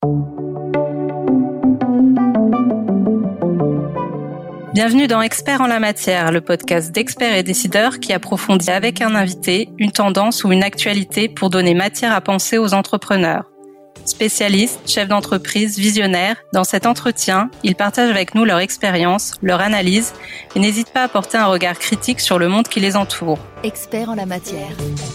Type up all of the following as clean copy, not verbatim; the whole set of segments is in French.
Bienvenue dans Experts en la matière, le podcast d'experts et décideurs qui approfondit avec un invité une tendance ou une actualité pour donner matière à penser aux entrepreneurs. Spécialistes, chefs d'entreprise, visionnaires, dans cet entretien, ils partagent avec nous leur expérience, leur analyse et n'hésitent pas à porter un regard critique sur le monde qui les entoure. Experts en la matière.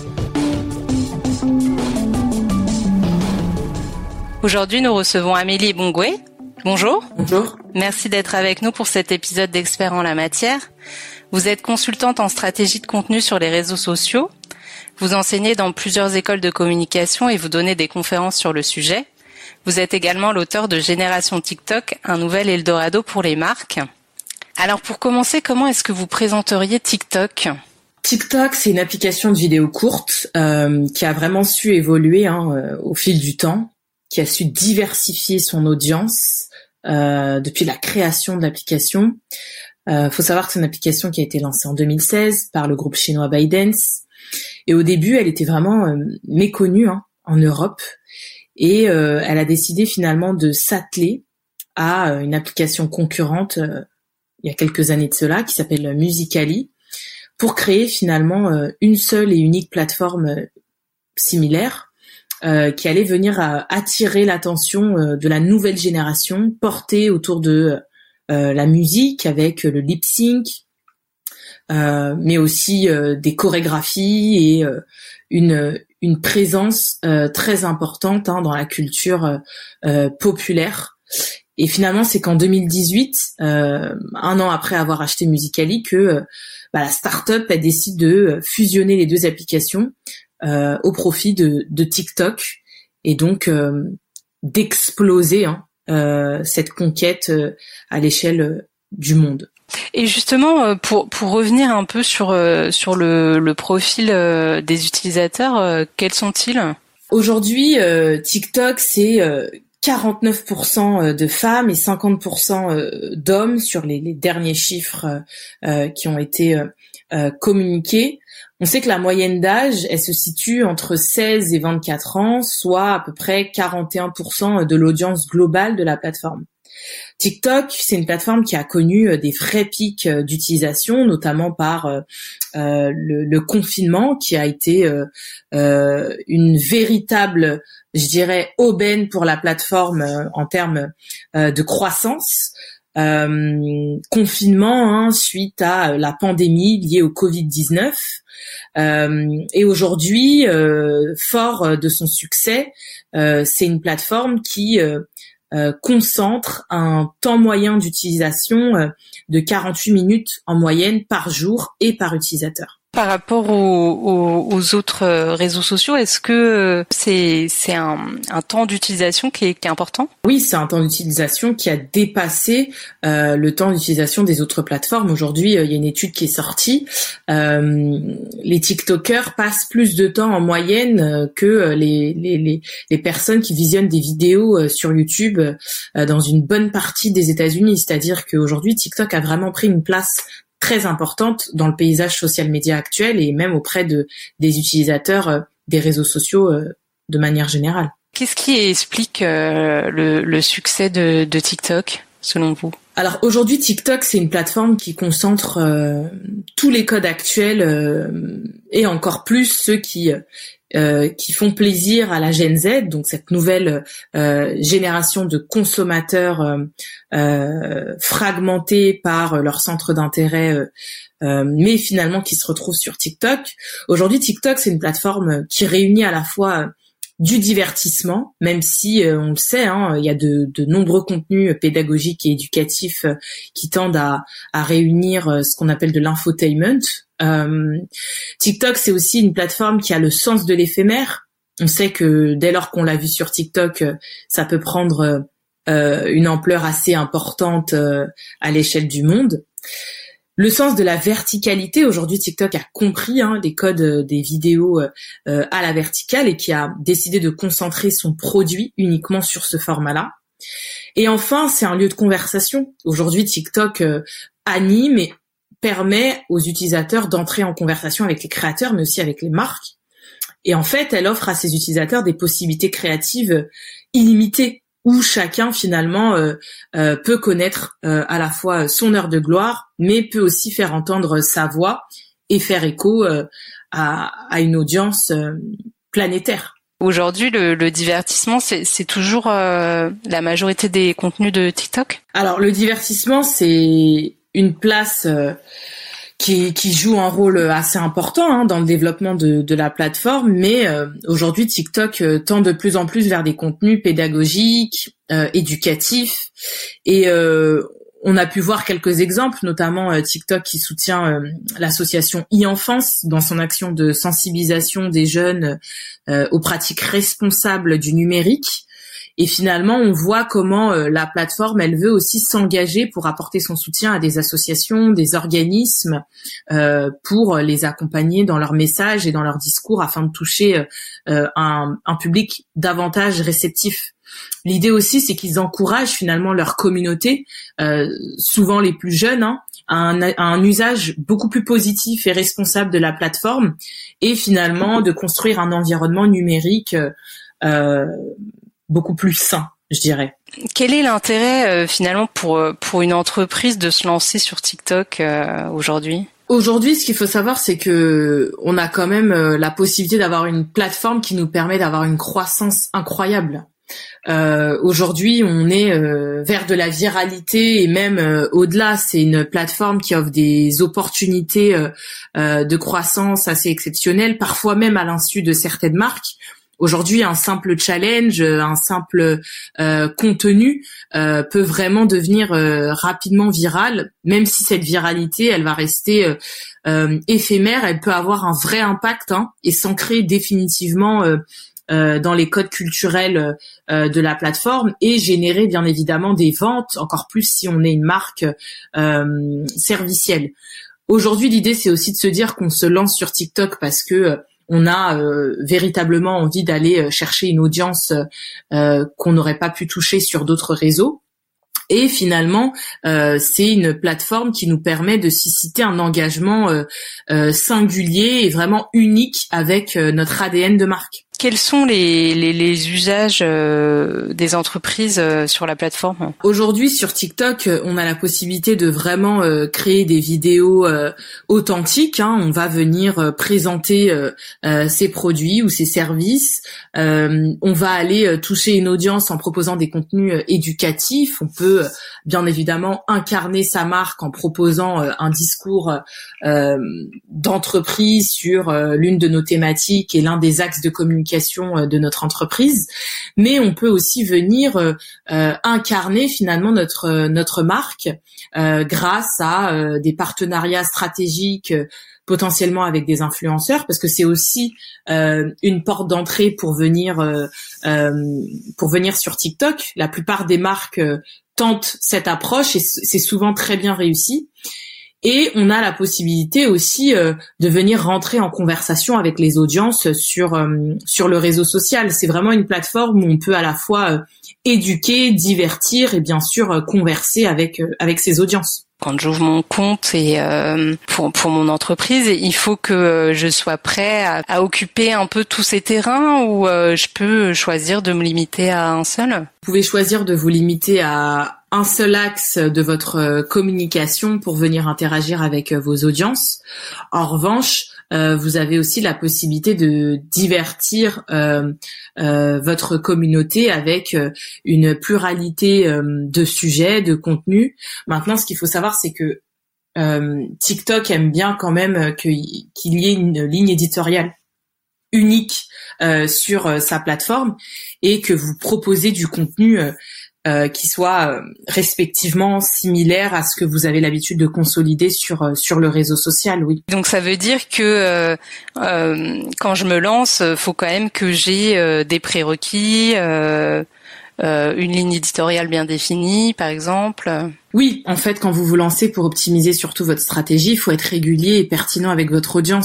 Aujourd'hui, nous recevons Amélie Bongoué. Bonjour. Bonjour. Merci d'être avec nous pour cet épisode d'Experts en la matière. Vous êtes consultante en stratégie de contenu sur les réseaux sociaux. Vous enseignez dans plusieurs écoles de communication et vous donnez des conférences sur le sujet. Vous êtes également l'auteur de Génération TikTok, un nouvel Eldorado pour les marques. Alors pour commencer, comment est-ce que vous présenteriez TikTok ? TikTok, c'est une application de vidéos courtes qui a vraiment su évoluer au fil du temps, qui a su diversifier son audience depuis la création de l'application. Faut savoir que c'est une application qui a été lancée en 2016 par le groupe chinois ByteDance. Et au début, elle était vraiment méconnue en Europe. Et elle a décidé finalement de s'atteler à une application concurrente il y a quelques années de cela, qui s'appelle Musical.ly, pour créer finalement une seule et unique plateforme similaire qui allait venir attirer l'attention de la nouvelle génération, portée autour de la musique avec le lip sync, mais aussi des chorégraphies et une présence très importante dans la culture populaire. Et finalement, c'est qu'en 2018, un an après avoir acheté Musical.ly, que la start-up elle décide de fusionner les deux applications au profit de TikTok, et donc d'exploser cette conquête à l'échelle du monde. Et justement, pour revenir un peu sur le profil des utilisateurs, quels sont-ils ? Aujourd'hui, TikTok, c'est 49% de femmes et 50% d'hommes sur les derniers chiffres qui ont été communiqués. On sait que la moyenne d'âge, elle se situe entre 16 et 24 ans, soit à peu près 41% de l'audience globale de la plateforme. TikTok, c'est une plateforme qui a connu des vrais pics d'utilisation, notamment par le confinement, qui a été une véritable, je dirais, aubaine pour la plateforme en termes de croissance. Confinement suite à la pandémie liée au Covid-19. Et aujourd'hui, fort de son succès, c'est une plateforme qui concentre un temps moyen d'utilisation de 48 minutes en moyenne par jour et par utilisateur. Par rapport aux autres réseaux sociaux, est-ce que c'est un temps d'utilisation qui est important ? Oui, c'est un temps d'utilisation qui a dépassé le temps d'utilisation des autres plateformes. Aujourd'hui, il y a une étude qui est sortie. Les TikTokers passent plus de temps en moyenne que les personnes qui visionnent des vidéos sur YouTube dans une bonne partie des États-Unis. C'est-à-dire qu'aujourd'hui, TikTok a vraiment pris une place très importante dans le paysage social média actuel et même auprès des utilisateurs des réseaux sociaux de manière générale. Qu'est-ce qui explique le succès de TikTok, selon vous ? Alors aujourd'hui, TikTok, c'est une plateforme qui concentre tous les codes actuels et encore plus ceux qui font plaisir à la Gen Z, donc cette nouvelle génération de consommateurs fragmentés par leur centre d'intérêt, mais finalement qui se retrouvent sur TikTok. Aujourd'hui, TikTok, c'est une plateforme qui réunit à la fois du divertissement, même si on le sait, il y a de nombreux contenus pédagogiques et éducatifs qui tendent à réunir ce qu'on appelle de l'infotainment. TikTok, c'est aussi une plateforme qui a le sens de l'éphémère. On sait que dès lors qu'on l'a vu sur TikTok, ça peut prendre une ampleur assez importante à l'échelle du monde. Le sens de la verticalité, aujourd'hui TikTok a compris les codes des vidéos à la verticale et qui a décidé de concentrer son produit uniquement sur ce format-là. Et enfin, c'est un lieu de conversation. Aujourd'hui, TikTok anime et permet aux utilisateurs d'entrer en conversation avec les créateurs, mais aussi avec les marques. Et en fait, elle offre à ses utilisateurs des possibilités créatives illimitées. où chacun finalement peut connaître à la fois son heure de gloire, mais peut aussi faire entendre sa voix et faire écho à une audience planétaire. Aujourd'hui, le divertissement, c'est toujours la majorité des contenus de TikTok? Alors, le divertissement, c'est une place qui joue un rôle assez important dans le développement de la plateforme, mais aujourd'hui, TikTok tend de plus en plus vers des contenus pédagogiques, éducatifs, et on a pu voir quelques exemples, notamment TikTok qui soutient l'association e-enfance dans son action de sensibilisation des jeunes aux pratiques responsables du numérique. Et finalement, on voit comment la plateforme, elle veut aussi s'engager pour apporter son soutien à des associations, des organismes, pour les accompagner dans leurs messages et dans leurs discours afin de toucher un public davantage réceptif. L'idée aussi, c'est qu'ils encouragent finalement leur communauté, souvent les plus jeunes, à un usage beaucoup plus positif et responsable de la plateforme, et finalement de construire un environnement numérique beaucoup plus sain, je dirais. Quel est l'intérêt finalement pour une entreprise de se lancer sur TikTok aujourd'hui? Aujourd'hui, ce qu'il faut savoir, c'est que on a quand même la possibilité d'avoir une plateforme qui nous permet d'avoir une croissance incroyable. Aujourd'hui, on est vers de la viralité et même au-delà. C'est une plateforme qui offre des opportunités de croissance assez exceptionnelles, parfois même à l'insu de certaines marques. Aujourd'hui, un simple challenge, un simple contenu peut vraiment devenir rapidement viral, même si cette viralité, elle va rester éphémère. Elle peut avoir un vrai impact et s'ancrer définitivement dans les codes culturels de la plateforme et générer bien évidemment des ventes, encore plus si on est une marque servicielle. Aujourd'hui, l'idée, c'est aussi de se dire qu'on se lance sur TikTok parce que on a véritablement envie d'aller chercher une audience qu'on n'aurait pas pu toucher sur d'autres réseaux. Et finalement, c'est une plateforme qui nous permet de susciter un engagement singulier et vraiment unique avec notre ADN de marque. Quels sont les usages des entreprises sur la plateforme? Aujourd'hui, sur TikTok, on a la possibilité de vraiment créer des vidéos authentiques. On va venir présenter ses produits ou ses services. On va aller toucher une audience en proposant des contenus éducatifs. On peut bien évidemment incarner sa marque en proposant un discours d'entreprise sur l'une de nos thématiques et l'un des axes de communication de notre entreprise, mais on peut aussi venir incarner finalement notre marque grâce à des partenariats stratégiques potentiellement avec des influenceurs, parce que c'est aussi une porte d'entrée pour venir sur TikTok. La plupart des marques tentent cette approche et c'est souvent très bien réussi. Et on a la possibilité aussi de venir rentrer en conversation avec les audiences sur le réseau social. C'est vraiment une plateforme où on peut à la fois éduquer, divertir et bien sûr converser avec ses audiences. Quand j'ouvre mon compte et pour mon entreprise, il faut que je sois prêt à occuper un peu tous ces terrains, ou je peux choisir de me limiter à un seul? Vous pouvez choisir de vous limiter à un seul axe de votre communication pour venir interagir avec vos audiences. En revanche, vous avez aussi la possibilité de divertir votre communauté avec une pluralité de sujets, de contenus. Maintenant, ce qu'il faut savoir, c'est que TikTok aime bien quand même qu'il y ait une ligne éditoriale unique sur sa plateforme et que vous proposez du contenu qui soit respectivement similaire à ce que vous avez l'habitude de consolider sur le réseau social, oui. Donc ça veut dire que quand je me lance, faut quand même que j'ai des prérequis, une ligne éditoriale bien définie, par exemple. Oui, en fait, quand vous vous lancez pour optimiser surtout votre stratégie, il faut être régulier et pertinent avec votre audience.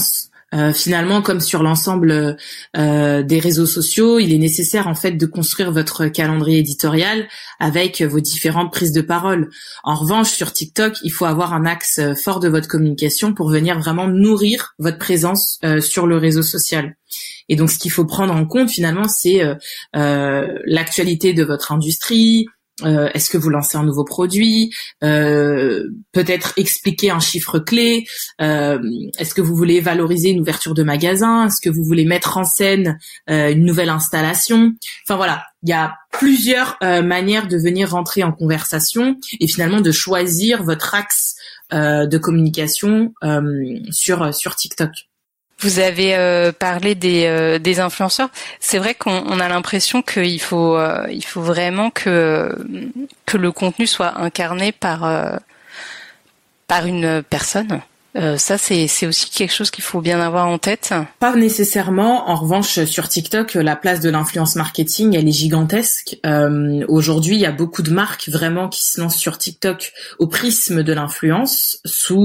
Finalement, comme sur l'ensemble des réseaux sociaux, il est nécessaire en fait de construire votre calendrier éditorial avec vos différentes prises de parole. En revanche, sur TikTok, il faut avoir un axe fort de votre communication pour venir vraiment nourrir votre présence sur le réseau social. Et donc, ce qu'il faut prendre en compte finalement, c'est l'actualité de votre industrie. Est-ce que vous lancez un nouveau produit, peut-être expliquer un chiffre clé, est-ce que vous voulez valoriser une ouverture de magasin, est-ce que vous voulez mettre en scène une nouvelle installation. Enfin voilà, il y a plusieurs manières de venir rentrer en conversation et finalement de choisir votre axe de communication sur TikTok. Vous avez parlé des influenceurs. C'est vrai qu'on a l'impression qu'il faut vraiment que le contenu soit incarné par une personne. Ça, c'est aussi quelque chose qu'il faut bien avoir en tête. Pas nécessairement. En revanche, sur TikTok, la place de l'influence marketing, elle est gigantesque. Aujourd'hui, il y a beaucoup de marques vraiment qui se lancent sur TikTok au prisme de l'influence,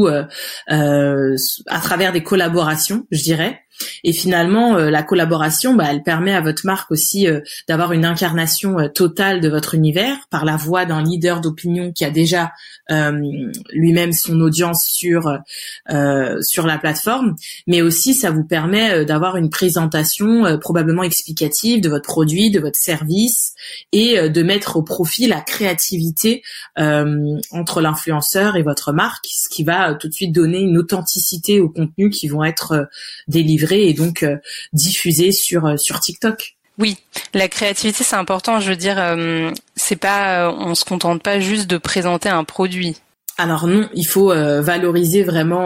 à travers des collaborations, je dirais. Et finalement, la collaboration, elle permet à votre marque aussi d'avoir une incarnation totale de votre univers par la voix d'un leader d'opinion qui a déjà lui-même son audience sur la plateforme, mais aussi ça vous permet d'avoir une présentation probablement explicative de votre produit, de votre service, et de mettre au profit la créativité entre l'influenceur et votre marque, ce qui va tout de suite donner une authenticité aux contenus qui vont être délivrés et donc diffusés sur TikTok. Oui, la créativité c'est important. Je veux dire, c'est pas, on se contente pas juste de présenter un produit. Alors non, il faut valoriser vraiment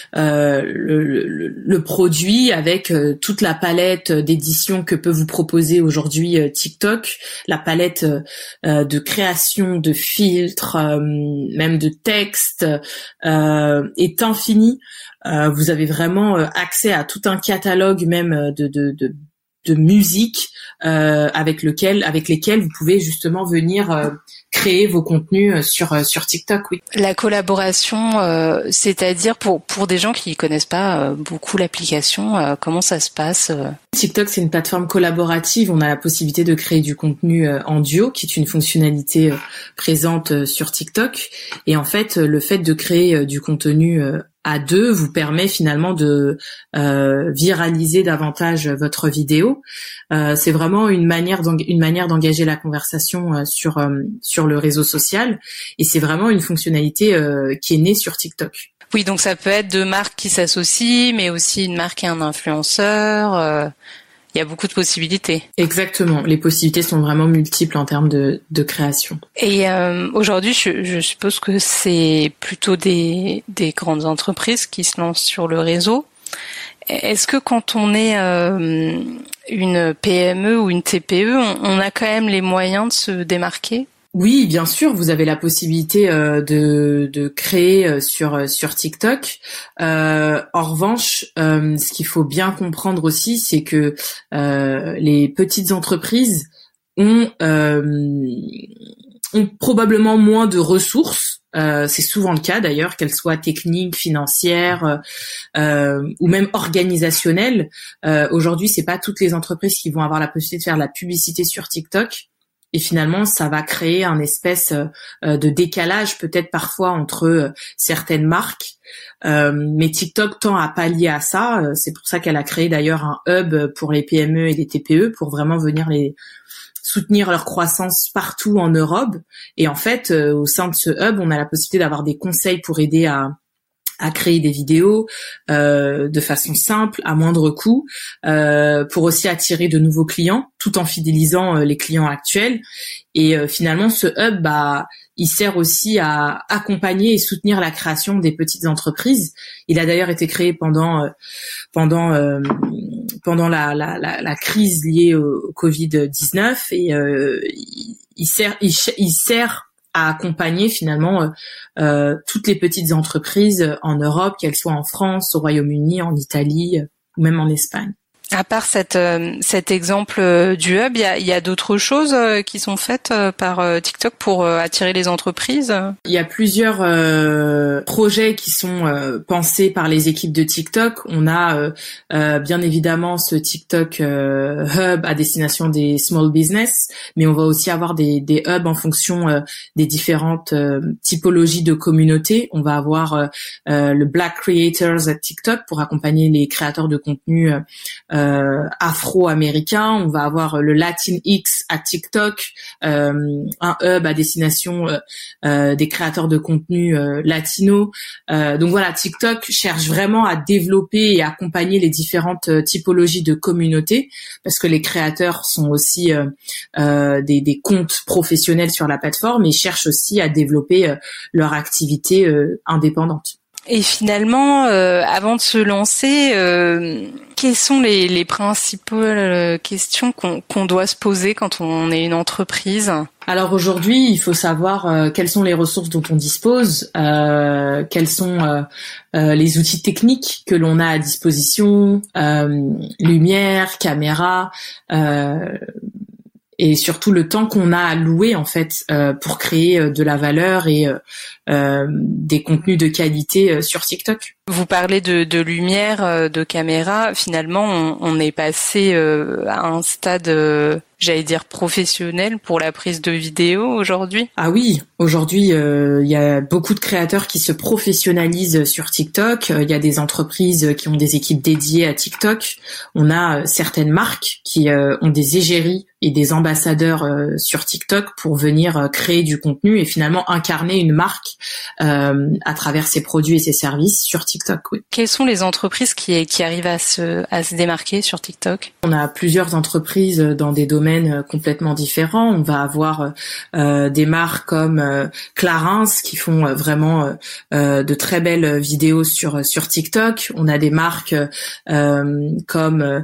le produit avec toute la palette d'édition que peut vous proposer aujourd'hui TikTok, la palette de création, de filtres, même de textes est infinie. Vous avez vraiment accès à tout un catalogue même de musique avec lesquels vous pouvez justement venir créer vos contenus sur TikTok. Oui. La collaboration, c'est-à-dire pour des gens qui connaissent pas beaucoup l'application, comment ça se passe? TikTok, c'est une plateforme collaborative. On a la possibilité de créer du contenu en duo, qui est une fonctionnalité présente sur TikTok. Et en fait, le fait de créer du contenu à deux vous permet finalement de viraliser davantage votre vidéo. C'est vraiment une manière d'engager la conversation sur le réseau social, et c'est vraiment une fonctionnalité qui est née sur TikTok. Oui, donc ça peut être deux marques qui s'associent, mais aussi une marque et un influenceur. Il y a beaucoup de possibilités. Exactement. Les possibilités sont vraiment multiples en termes de création. Et aujourd'hui, je suppose que c'est plutôt des grandes entreprises qui se lancent sur le réseau. Est-ce que quand on est une PME ou une TPE, on a quand même les moyens de se démarquer ? Oui, bien sûr, vous avez la possibilité de créer sur TikTok. En revanche, ce qu'il faut bien comprendre aussi, c'est que les petites entreprises ont probablement moins de ressources. C'est souvent le cas d'ailleurs, qu'elles soient techniques, financières ou même organisationnelles. Aujourd'hui, c'est pas toutes les entreprises qui vont avoir la possibilité de faire de la publicité sur TikTok. Et finalement, ça va créer un espèce de décalage peut-être parfois entre certaines marques. Mais TikTok tend à pallier à ça. C'est pour ça qu'elle a créé d'ailleurs un hub pour les PME et les TPE pour vraiment venir les soutenir leur croissance partout en Europe. Et en fait, au sein de ce hub, on a la possibilité d'avoir des conseils pour aider à créer des vidéos de façon simple, à moindre coût, pour aussi attirer de nouveaux clients, tout en fidélisant les clients actuels. Et finalement, ce hub, il sert aussi à accompagner et soutenir la création des petites entreprises. Il a d'ailleurs été créé pendant la crise liée au Covid-19 et il sert à accompagner finalement toutes les petites entreprises en Europe, qu'elles soient en France, au Royaume-Uni, en Italie ou même en Espagne. À part cet exemple du hub, il y a d'autres choses qui sont faites par TikTok pour attirer les entreprises? Il y a plusieurs projets qui sont pensés par les équipes de TikTok. On a bien évidemment ce TikTok hub à destination des small business, mais on va aussi avoir des hubs en fonction des différentes typologies de communautés. On va avoir le Black Creators at TikTok pour accompagner les créateurs de contenu afro-américain. On va avoir le Latinx à TikTok, un hub à destination des créateurs de contenu latinos. Donc voilà, TikTok cherche vraiment à développer et accompagner les différentes typologies de communautés, parce que les créateurs sont aussi des comptes professionnels sur la plateforme et cherchent aussi à développer leur activité indépendante. Et finalement, avant de se lancer, quelles sont les principales questions qu'on doit se poser quand on est une entreprise? Alors aujourd'hui, il faut savoir quelles sont les ressources dont on dispose, quels sont les outils techniques que l'on a à disposition, lumière, caméra, et surtout le temps qu'on a alloué en fait pour créer de la valeur et des contenus de qualité sur TikTok. Vous parlez de lumière, de caméra. Finalement, on est passé à un stade, j'allais dire professionnel pour la prise de vidéo aujourd'hui. Ah oui, aujourd'hui, il y a beaucoup de créateurs qui se professionnalisent sur TikTok. Il y a des entreprises qui ont des équipes dédiées à TikTok. On a certaines marques qui ont des égéries et des ambassadeurs sur TikTok pour venir créer du contenu et finalement incarner une marque à travers ses produits et ses services sur TikTok. Oui. Quelles sont les entreprises qui arrivent à se démarquer sur TikTok? On a plusieurs entreprises dans des domaines complètement différents. On va avoir des marques comme Clarins qui font vraiment de très belles vidéos sur TikTok. On a des marques comme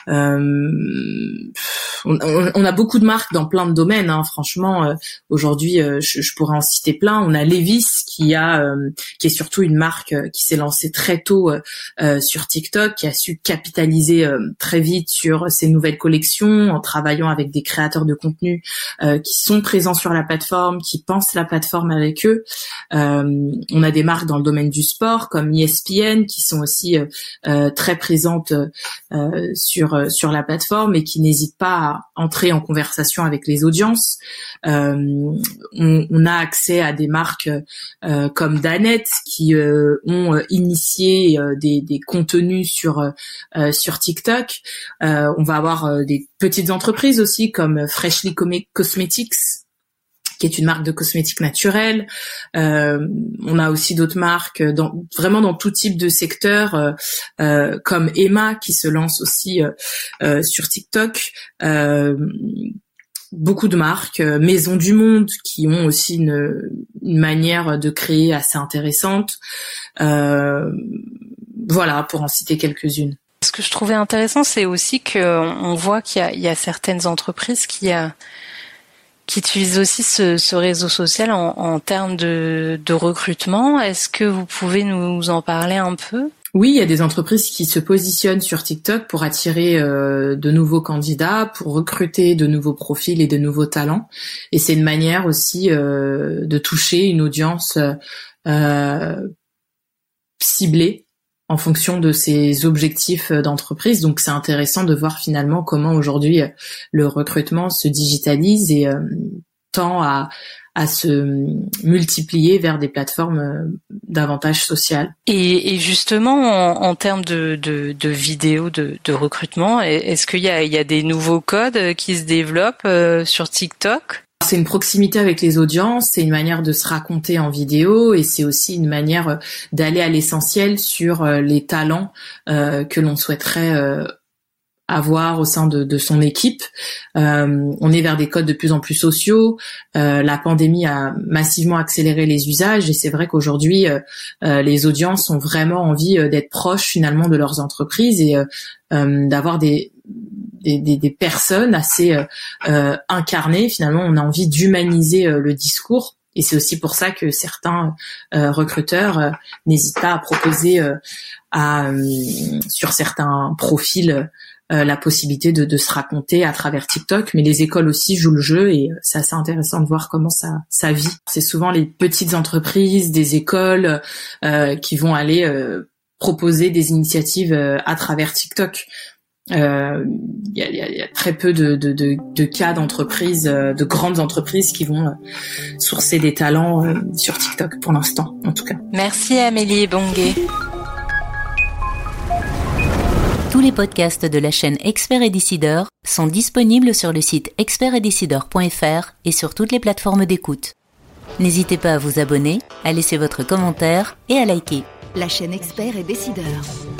on a beaucoup de marques dans plein de domaines. Hein. Franchement, aujourd'hui, je pourrais en citer plein. On a Levi's qui est surtout une marque qui s'est lancée très tôt sur TikTok, qui a su capitaliser très vite sur ses nouvelles collections en travaillant avec des créateurs de contenu qui sont présents sur la plateforme, qui pensent la plateforme avec eux. On a des marques dans le domaine du sport comme ESPN qui sont aussi très présentes sur la plateforme et qui n'hésitent pas à entrer en conversation avec les audiences. On a accès à des marques comme Danette qui ont initié des contenus sur TikTok. On va avoir des petites entreprises aussi comme Freshly Cosmetics qui est une marque de cosmétiques naturels. On a aussi d'autres marques vraiment dans tout type de secteur, comme Emma qui se lance aussi sur TikTok. Beaucoup de marques, Maison du Monde qui ont aussi une manière de créer assez intéressante. Voilà, pour en citer quelques-unes. Ce que je trouvais intéressant, c'est aussi qu'on voit qu'il y a certaines entreprises qui utilisent aussi ce réseau social en termes de recrutement. Est-ce que vous pouvez nous en parler un peu? Oui, il y a des entreprises qui se positionnent sur TikTok pour attirer de nouveaux candidats, pour recruter de nouveaux profils et de nouveaux talents. Et c'est une manière aussi de toucher une audience ciblée en fonction de ses objectifs d'entreprise. Donc c'est intéressant de voir finalement comment aujourd'hui le recrutement se digitalise et tend à se multiplier vers des plateformes davantage sociales. Et justement, en termes de vidéos de recrutement, est-ce qu'il y a des nouveaux codes qui se développent sur TikTok? C'est une proximité avec les audiences, c'est une manière de se raconter en vidéo et c'est aussi une manière d'aller à l'essentiel sur les talents que l'on souhaiterait avoir au sein de son équipe. On est vers des codes de plus en plus sociaux. La pandémie a massivement accéléré les usages et c'est vrai qu'aujourd'hui, les audiences ont vraiment envie d'être proches finalement de leurs entreprises et d'avoir des personnes assez incarnées. Finalement, on a envie d'humaniser le discours. Et c'est aussi pour ça que certains recruteurs n'hésitent pas à proposer sur certains profils la possibilité de se raconter à travers TikTok, mais les écoles aussi jouent le jeu et c'est assez intéressant de voir comment ça vit. C'est souvent les petites entreprises, des écoles qui vont aller proposer des initiatives à travers TikTok. Il y a très peu de cas d'entreprises, de grandes entreprises qui vont sourcer des talents sur TikTok pour l'instant, en tout cas. Merci Amélie Bonguet. Tous les podcasts de la chaîne Expert et Décideur sont disponibles sur le site expertetdecideur.fr et sur toutes les plateformes d'écoute. N'hésitez pas à vous abonner, à laisser votre commentaire et à liker. La chaîne Expert et Décideur.